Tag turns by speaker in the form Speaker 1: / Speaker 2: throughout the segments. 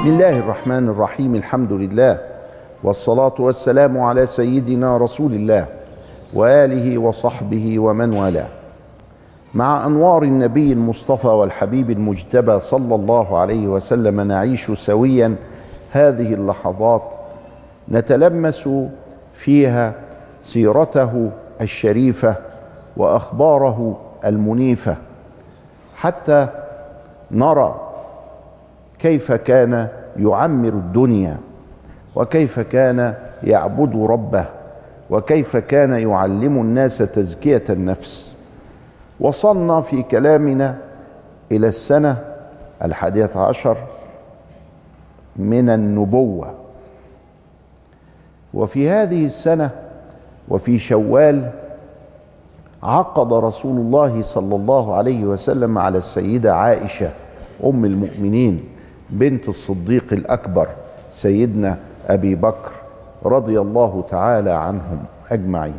Speaker 1: بسم الله الرحمن الرحيم. الحمد لله والصلاة والسلام على سيدنا رسول الله وآله وصحبه ومن والاه. مع أنوار النبي المصطفى والحبيب المجتبى صلى الله عليه وسلم نعيش سويا هذه اللحظات نتلمس فيها سيرته الشريفة وأخباره المنيفة، حتى نرى كيف كان يعمر الدنيا، وكيف كان يعبد ربه، وكيف كان يعلم الناس تزكية النفس. وصلنا في كلامنا إلى السنة 11 من النبوة، وفي هذه السنة وفي شوال عقد رسول الله صلى الله عليه وسلم على السيدة عائشة أم المؤمنين بنت الصديق الأكبر سيدنا أبي بكر رضي الله تعالى عنهم أجمعين.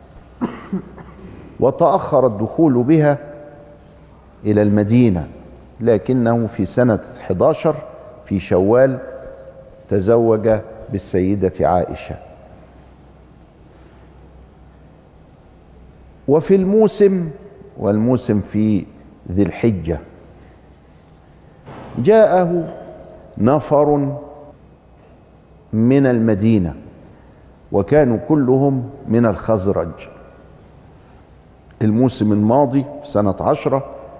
Speaker 1: وتأخر الدخول بها إلى المدينة، لكنه في سنة 11 في شوال تزوج بالسيدة عائشة. وفي الموسم، والموسم في ذي الحجة، جاءه نفر من المدينة وكانوا كلهم من الخزرج. الموسم الماضي في سنة 10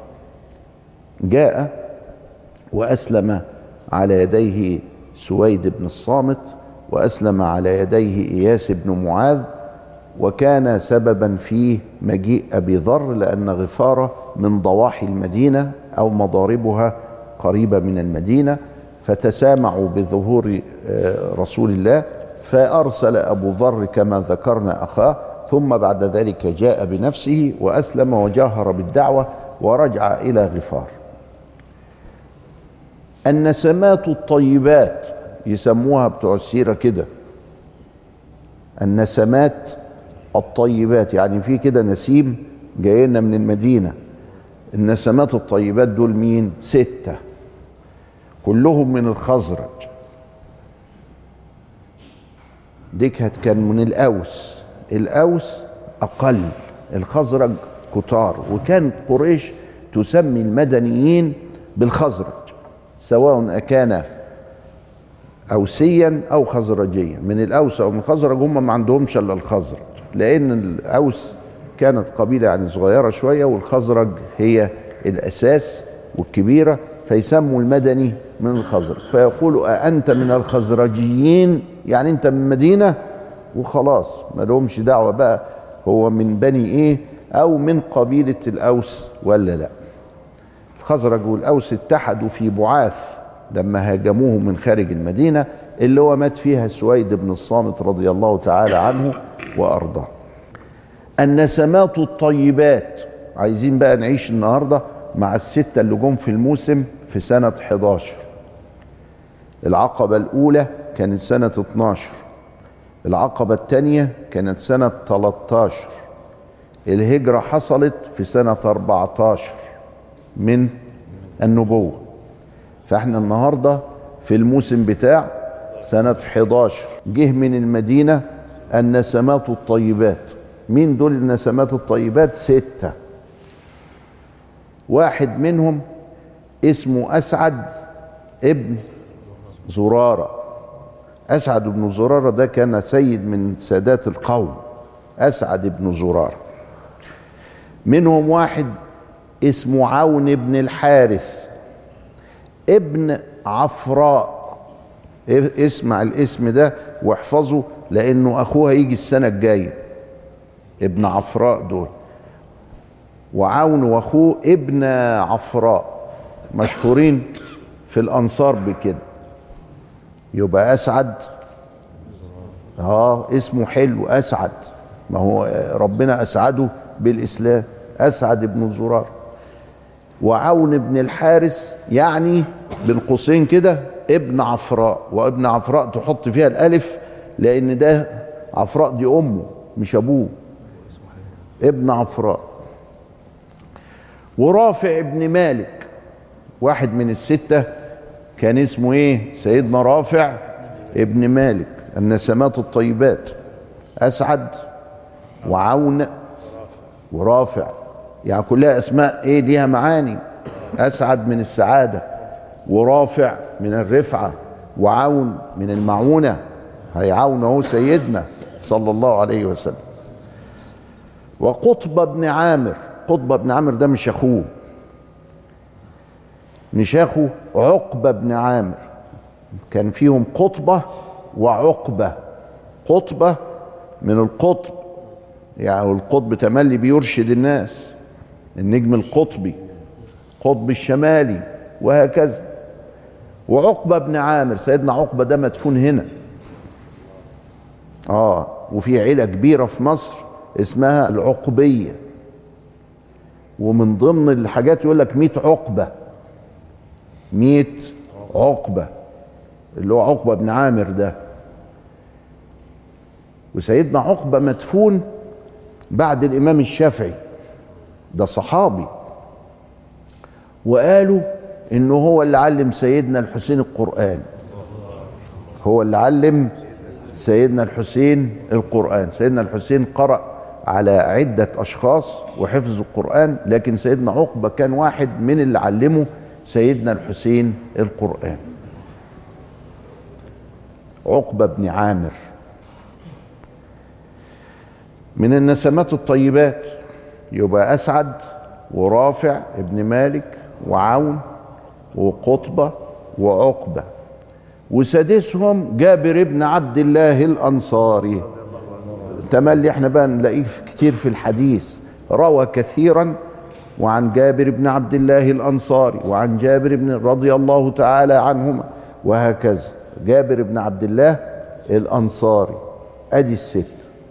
Speaker 1: جاء وأسلم على يديه سويد بن الصامت، وأسلم على يديه إياس بن معاذ، وكان سببا في مجيء أبي ذر، لأن غفارة من ضواحي المدينة أو مضاربها قريبة من المدينة، فتسامعوا بظهور رسول الله، فأرسل أبو ذر كما ذكرنا أخاه، ثم بعد ذلك جاء بنفسه وأسلم وجاهر بالدعوة ورجع إلى غفار. النسمات الطيبات يسموها بتوع السيرة كده، النسمات الطيبات، يعني في كده نسيم جاينا من المدينة. النسمات الطيبات دول مين؟ 6 كلهم من الخزرج. ديكهت كان من الأوس، الأوس أقل، الخزرج كتار، وكان قريش تسمي المدنيين بالخزرج سواء أكان أوسيا أو خزرجيا. من الأوس أو من الخزرج هم ما عندهمش إلا الخزرج، لأن الأوس كانت قبيلة يعني صغيرة شوية، والخزرج هي الأساس والكبيرة، فيسموا المدني من الخزرج. فيقولوا أأنت من الخزرجيين، يعني أنت من مدينة وخلاص، ما لهمش دعوة بقى هو من بني إيه أو من قبيلة الأوس ولا لا. الخزرج والأوس اتحدوا في بعاث لما هاجموه من خارج المدينة، اللي هو مات فيها سويد بن الصامت رضي الله تعالى عنه وأرضاه. النسمات الطيبات، عايزين بقى نعيش النهاردة مع ال6 اللي جم في الموسم في سنة 11. العقبة الأولى كانت سنة 12، العقبة الثانية كانت سنة 13، الهجرة حصلت في سنة 14 من النبوة. فاحنا النهاردة في الموسم بتاع سنة 11 جه من المدينة النسمات الطيبات. مين دول النسمات الطيبات؟ 6. واحد منهم اسمه أسعد ابن زرارة. أسعد بن زرارة ده كان سيد من سادات القوم، أسعد بن زرارة. منهم واحد اسمه عون بن الحارث ابن عفراء. اسمع الاسم ده واحفظه، لأنه أخوها يجي السنة الجاية. ابن عفراء دول، وعون واخوه ابن عفراء، مشهورين في الأنصار بكده. يبقى أسعد اسمه حلو، أسعد، ما هو ربنا أسعده بالإسلام، أسعد بن زرار. وعون بن الحارث يعني بين قوسين كده ابن عفراء، وابن عفراء تحط فيها الألف لأن ده عفراء دي أمه مش أبوه، ابن عفراء. ورافع بن مالك واحد من ال6 كان اسمه ايه؟ سيدنا رافع ابن مالك. النسمات الطيبات: أسعد وعون ورافع، يعني كلها أسماء ايه ليها معاني. أسعد من السعادة، ورافع من الرفعة، وعون من المعونة، هيعونه سيدنا صلى الله عليه وسلم. وقطبة بن عامر، قطبة بن عامر ده مش أخوه، مش أخو عقبة بن عامر، كان فيهم قطبة وعقبة. قطبة من القطب، يعني القطب تملي بيرشد الناس، النجم القطبي، قطب الشمالي، وهكذا. وعقبة بن عامر، سيدنا عقبة ده مدفون هنا. وفي عيلة كبيرة في مصر اسمها العقبية، ومن ضمن الحاجات يقول لك 100 عقبة، 100 عقبة، اللي هو عقبة بن عامر ده. وسيدنا عقبة مدفون بعد الإمام الشافعي، ده صحابي، وقالوا إنه هو اللي علم سيدنا الحسين القرآن، هو اللي علم سيدنا الحسين القرآن. سيدنا الحسين قرأ على عدة أشخاص وحفظ القرآن، لكن سيدنا عقبة كان واحد من اللي علمه سيدنا الحسين القرآن. عقبة بن عامر من النسمات الطيبات، يبقى أسعد ورافع ابن مالك وعون وقطبة وعقبة. وسادسهم جابر بن عبد الله الأنصاري، تملي احنا بقى نلاقيه كتير في الحديث، روى كثيرا وعن جابر بن عبد الله الأنصاري وعن جابر بن رضي الله تعالى عنهما، وهكذا. جابر بن عبد الله الأنصاري، أدي الست.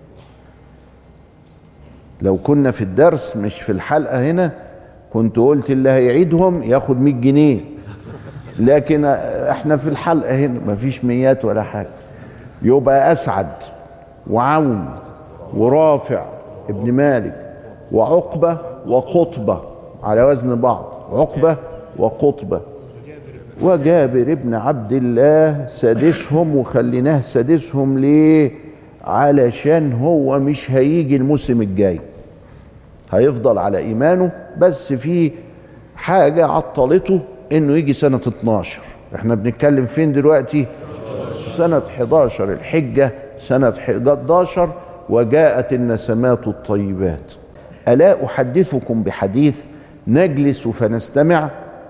Speaker 1: لو كنا في الدرس مش في الحلقة هنا كنت قلت اللي هيعيدهم ياخد 100 جنيه، لكن احنا في الحلقة هنا مفيش ميات ولا حاجة. يبقى أسعد وعون ورافع ابن مالك وعقبة وقطبة على وزن بعض، عقبة وقطبة. وجابر ابن عبد الله سادسهم، وخليناه سادسهم ليه؟ علشان هو مش هيجي الموسم الجاي، هيفضل على إيمانه، بس في حاجة عطلته إنه يجي سنة 12. احنا بنتكلم فين دلوقتي؟ سنة 11 الحجة، سنة 11. وجاءت النسمات الطيبات. ألا أحدثكم بحديث نجلس فنستمع؟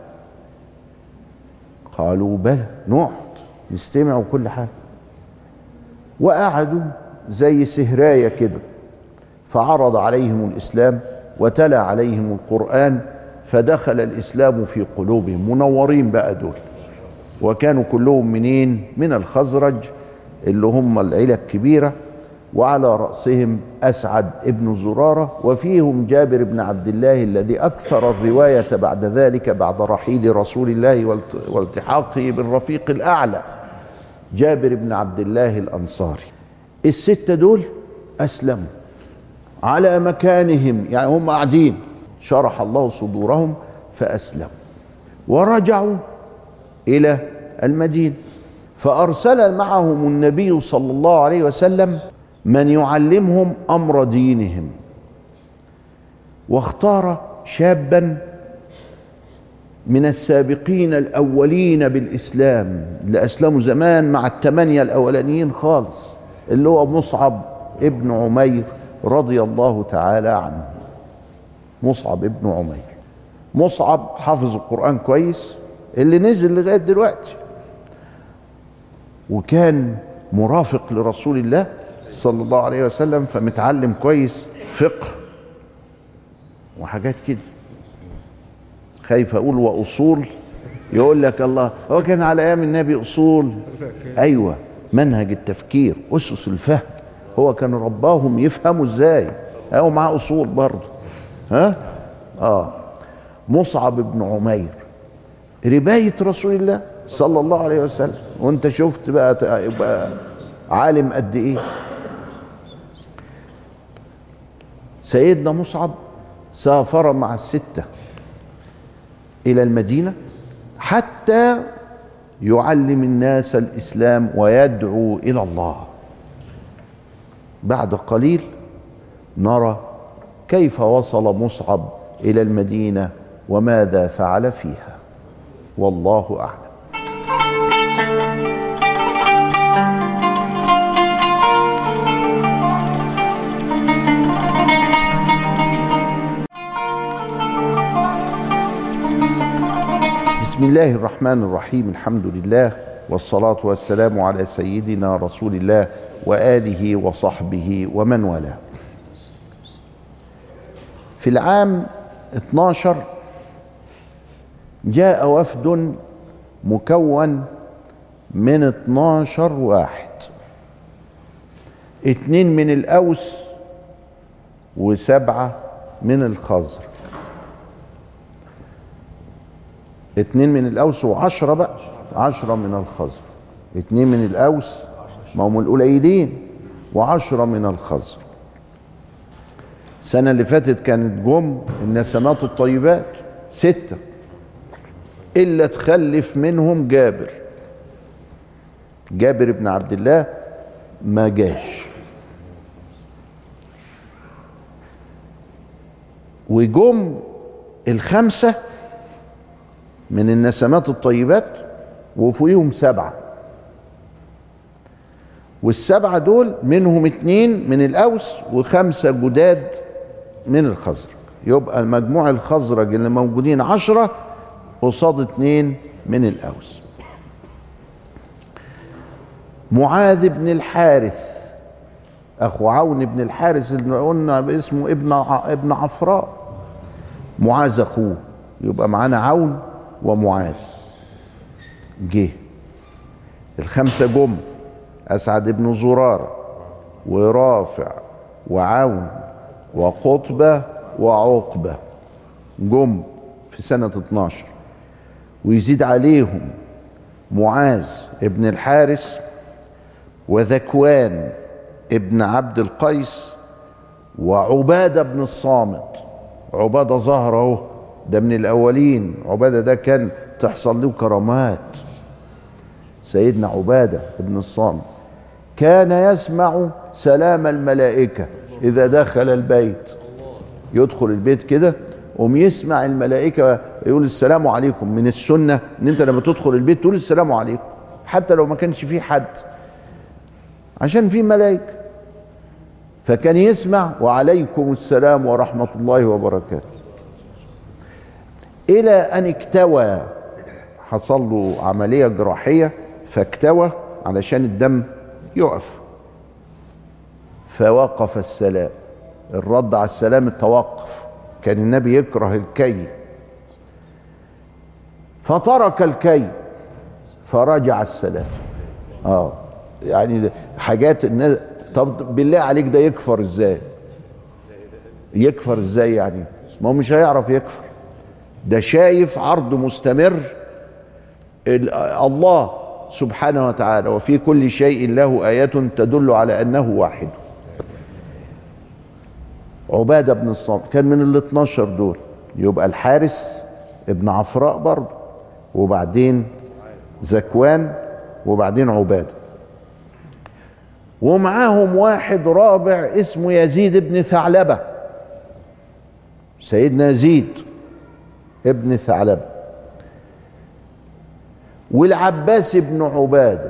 Speaker 1: قالوا بلى، نقعد نستمع وكل حاجة. وقعدوا زي سهراية كده، فعرض عليهم الإسلام وتلا عليهم القرآن، فدخل الإسلام في قلوبهم. منورين بقى دول، وكانوا كلهم منين؟ من الخزرج اللي هم العيلة الكبيرة، وعلى رأسهم أسعد ابن زرارة، وفيهم جابر بن عبد الله الذي أكثر الرواية بعد ذلك بعد رحيل رسول الله والتحاقه بالرفيق الأعلى، جابر بن عبد الله الأنصاري. الستة دول أسلموا على مكانهم، يعني هم قاعدين، شرح الله صدورهم فأسلموا، ورجعوا إلى المدينة. فأرسل معهم النبي صلى الله عليه وسلم من يعلمهم أمر دينهم، واختار شابا من السابقين الأولين بالإسلام اللي أسلموا زمان مع الثمانية الأولانيين خالص، اللي هو مصعب ابن عمير رضي الله تعالى عنه. مصعب ابن عمير، مصعب حافظ القرآن كويس اللي نزل لغاية دلوقتي، وكان مرافق لرسول الله صلى الله عليه وسلم، فمتعلم كويس فقه وحاجات كده. خايف اقول واصول، يقول لك الله هو كان على ايام النبي اصول؟ ايوه، منهج التفكير، اسس الفهم، هو كان رباهم يفهموا ازاي، او معاه اصول برضه. مصعب بن عمير رباية رسول الله صلى الله عليه وسلم، وانت شفت بقى يبقى عالم قد ايه. سيدنا مصعب سافر مع الستة إلى المدينة حتى يعلم الناس الإسلام ويدعو إلى الله. بعد قليل نرى كيف وصل مصعب إلى المدينة وماذا فعل فيها، والله أعلم. بسم الله الرحمن الرحيم. الحمد لله والصلاة والسلام على سيدنا رسول الله وآله وصحبه ومن والاه. في العام 12 جاء وفد مكون من 12 واحد، 2 من الأوس و7 من الخزرج. 2 من الأوس و10 بقى، 10 من الخزرج. 2 من الأوس ما هم القليلين و10 من الخزرج. السنة اللي فاتت كانت جم النسمات الطيبات 6 إلا تخلف منهم جابر بن عبد الله ما جاش. وجم ال5 من النسمات الطيبات وفوقيهم 7، وال7 دول منهم 2 من الأوس و5 جداد من الخزرج. يبقى المجموع الخزرج اللي موجودين 10 قصاد 2 من الأوس. معاذ بن الحارث أخو عون بن الحارث اللي قلنا باسمه ابن عفراء، معاذ أخوه، يبقى معانا عون ومعاذ. جه ال5 جم أسعد بن زرارة ورافع وعون وقطبة وعقبة، جم في سنة 12. ويزيد عليهم معاذ ابن الحارث وذكوان ابن عبد القيس وعبادة بن الصامت. عبادة ظهر اهو، ده من الأولين. عبادة ده كان تحصل له كرامات. سيدنا عبادة ابن الصامت كان يسمع سلام الملائكة إذا دخل البيت. يدخل البيت كده يسمع الملائكة يقول السلام عليكم. من السنة ان انت لما تدخل البيت تقول السلام عليكم حتى لو ما كانش فيه حد، عشان فيه ملائكة. فكان يسمع وعليكم السلام ورحمة الله وبركاته، إلى أن اكتوى. حصل له عملية جراحية فاكتوى علشان الدم يقف، فوقف السلام. الرد على السلام التوقف. كان النبي يكره الكي فترك الكي فرجع السلام. يعني حاجات الناس. طب بالله عليك ده يكفر ازاي؟ يكفر ازاي يعني؟ ما هو مش هيعرف يكفر. ده شايف عرض مستمر الله سبحانه وتعالى، وفي كل شيء له آيات تدل على أنه واحد. عبادة بن الصامت كان من ال12 دول. يبقى الحارث ابن عفراء برضه، وبعدين ذكوان، وبعدين عبادة. ومعاهم واحد رابع اسمه يزيد بن ثعلبة. سيدنا يزيد ابن ثعلبة. والعباس بن عبادة.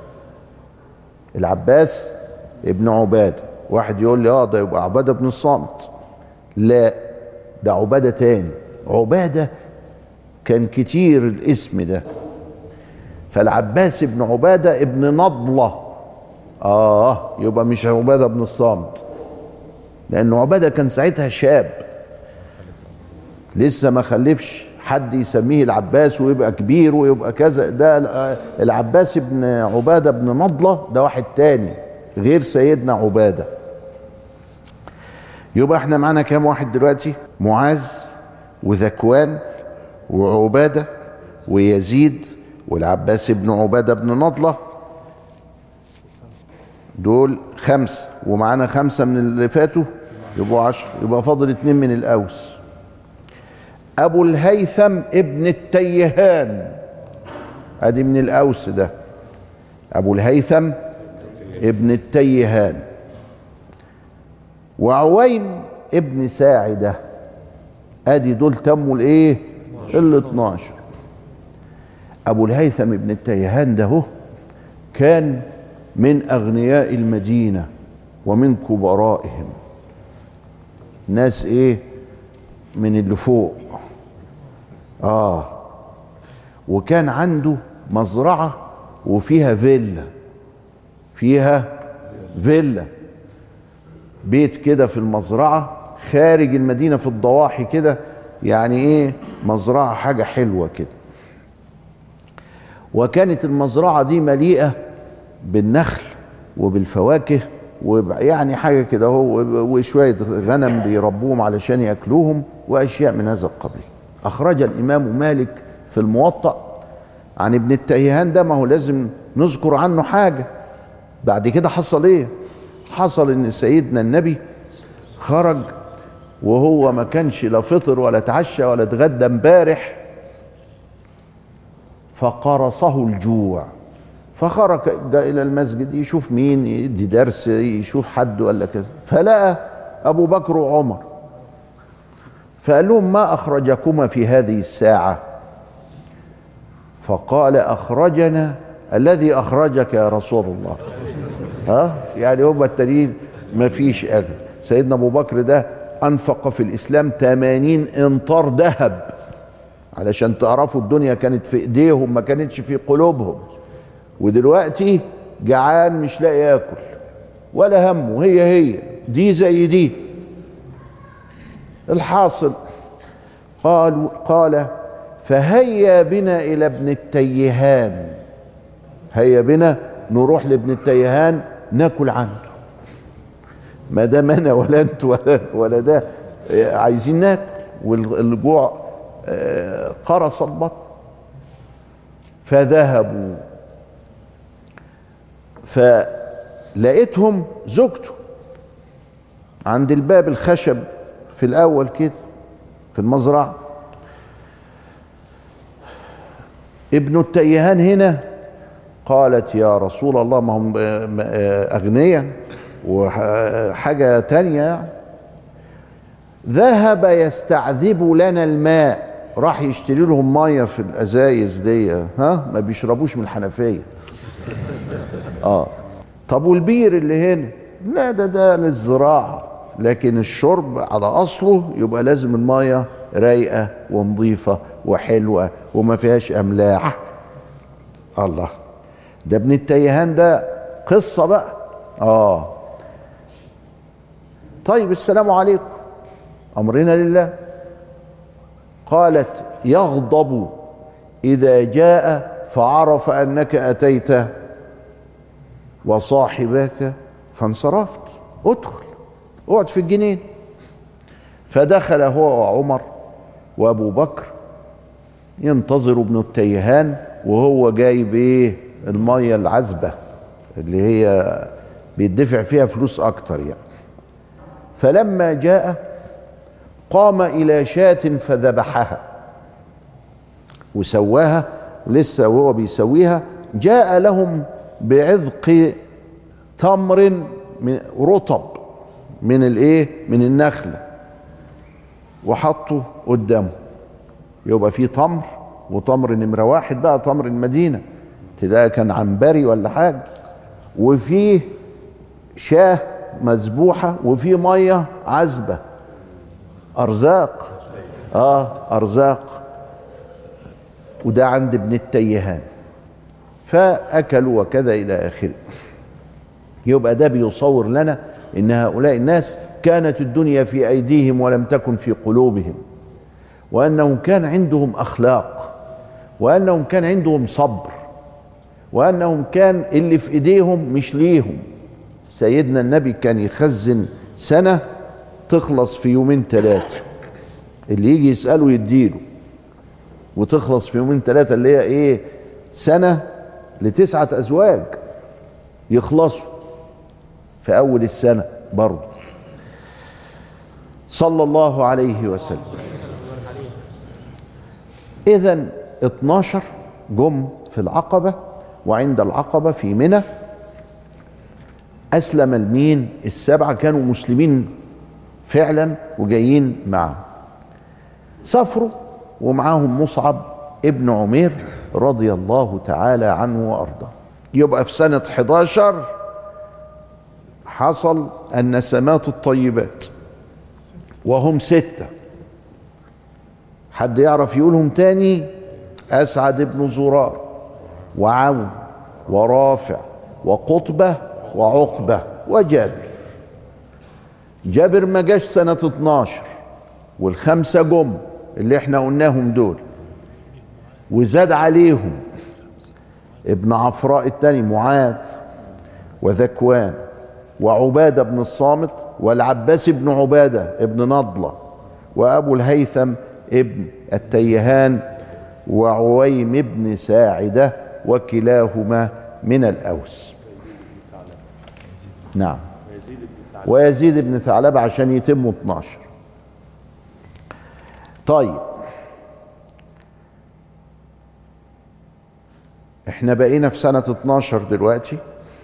Speaker 1: العباس ابن عبادة. واحد يقول لي ده يبقى عبادة بن الصامت. لا، ده عبادة تاني. عبادة كان كتير الاسم ده. فالعباس بن عبادة ابن نضلة. يبقى مش عبادة بن الصامت، لأن عبادة كان ساعتها شاب لسه ما خلفش حد يسميه العباس ويبقى كبير ويبقى كذا. ده العباس بن عبادة بن نضلة ده واحد تاني غير سيدنا عبادة. يبقى احنا معانا كام واحد دلوقتي؟ معاذ وذكوان وعبادة ويزيد والعباس بن عبادة بن نضلة. دول 5، ومعانا 5 من اللي فاتوا يبقوا 10، يبقى فاضل 2 من الأوس. أبو الهيثم ابن التيهان. ادي من الاوس ده ابو الهيثم ابن التيهان، وعويم ابن ساعدة، ادي دول تموا الايه ال12. ابو الهيثم ابن التيهان ده هو كان من اغنياء المدينة ومن كبرائهم، ناس ايه من اللي فوق. وكان عنده مزرعة وفيها فيلا، بيت كده في المزرعة خارج المدينة في الضواحي كده، يعني ايه مزرعة حاجة حلوة كده. وكانت المزرعة دي مليئة بالنخل وبالفواكه، ويعني حاجة كده هو، وشوية غنم بيربوهم علشان يأكلوهم وأشياء من هذا القبيل. أخرج الإمام مالك في الموطأ عن ابن التيهان ده، ما هو لازم نذكر عنه حاجة. بعد كده حصل ايه؟ حصل ان سيدنا النبي خرج وهو ما كانش لا فطر ولا اتعشى ولا اتغدى امبارح، فقرصه الجوع، فخرج الى المسجد يشوف مين يدي درس، يشوف حد ولا كذا، فلقى ابو بكر وعمر، فقال لهم ما اخرجكما في هذه الساعة؟ فقال اخرجنا الذي اخرجك يا رسول الله. يعني هم التانيين ما فيش اجل. سيدنا ابو بكر ده انفق في الاسلام 80 انطار ذهب، علشان تعرفوا الدنيا كانت في ايديهم ما كانتش في قلوبهم. ودلوقتي جعان مش لاقي ياكل ولا همه، هي دي زي دي. الحاصل قال فهيا بنا الى ابن التيهان، هيا بنا نروح لابن التيهان ناكل عنده، ما دام انا ولا انت ولا ده عايزين ناكل، والجوع قرص البطن. فذهبوا، فلقيتهم زوجته عند الباب الخشب في الاول كده في المزرعة. ابن التيهان هنا قالت يا رسول الله، ما هم أغنياء وحاجة تانية يعني، ذهب يستعذب لنا الماء، راح يشتري لهم مية في الأزايز دي، ما بيشربوش من الحنفية. طب والبير اللي هنا؟ لا ده للزراعة، لكن الشرب على أصله يبقى لازم المية رايقة ونظيفة وحلوة وما فيهاش أملاح. الله، ده ابن التيهان ده قصة بقى. طيب السلام عليكم، أمرنا لله. قالت يغضب إذا جاء فعرف أنك أتيت وصاحبك فانصرفت، ادخل اقعد في الجنين. فدخل هو وعمر وابو بكر ينتظر ابن التيهان، وهو جايب ايه المية العذبة اللي هي بيدفع فيها فلوس اكتر يعني. فلما جاء قام الى شاة فذبحها وسواها، لسه وهو بيسويها جاء لهم بعذق تمر من رطب من الايه من النخله وحطه قدامه. يبقى فيه تمر، وتمر نمره واحد بقى تمر المدينه، تلاقي كان عنبري ولا حاجه، وفيه شاه مذبوحه، وفيه ميه عذبه، ارزاق. ارزاق. وده عند ابن التيهان، فاكلوا وكذا الى اخره. يبقى ده بيصور لنا ان هؤلاء الناس كانت الدنيا في ايديهم ولم تكن في قلوبهم، وانهم كان عندهم اخلاق، وانهم كان عندهم صبر، وانهم كان اللي في ايديهم مش ليهم. سيدنا النبي كان يخزن سنة تخلص في يومين ثلاثة، اللي يجي يسأله يديله، وتخلص في يومين ثلاثة، اللي هي ايه سنة ل9 أزواج يخلصوا في أول السنة برضه، صلى الله عليه وسلم. إذن 12 جم في العقبة، وعند العقبة في منى أسلم المين السبعة، كانوا مسلمين فعلا وجايين معه. سافروا ومعاهم مصعب ابن عمير رضي الله تعالى عنه وأرضاه. يبقى في سنة 11 حصل النسمات الطيبات، وهم 6. حد يعرف يقولهم تاني؟ أسعد بن زرار، وعون، ورافع، وقطبة، وعقبة، وجابر. جابر ما جاش سنة 12، وال5 جم اللي احنا قلناهم دول، وزاد عليهم ابن عفراء الثاني معاذ، وذكوان، وعبادة بن الصامت، والعباس بن عبادة ابن نضلة، وأبو الهيثم ابن التيهان، وعويم بن ساعدة، وكلاهما من الأوس. نعم، ويزيد بن ثعلبة عشان يتموا 12. طيب احنا بقينا في سنة 12 دلوقتي،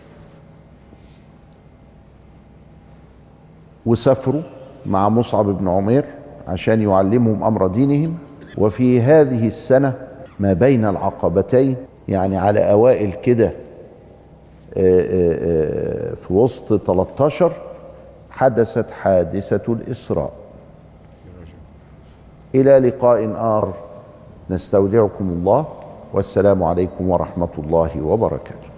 Speaker 1: وسافروا مع مصعب بن عمير عشان يعلمهم أمر دينهم. وفي هذه السنة ما بين العقبتين، يعني على أوائل كده في وسط 13، حدثت حادثة الإسراء. إلى لقاء آخر، نستودعكم الله، والسلام عليكم ورحمة الله وبركاته.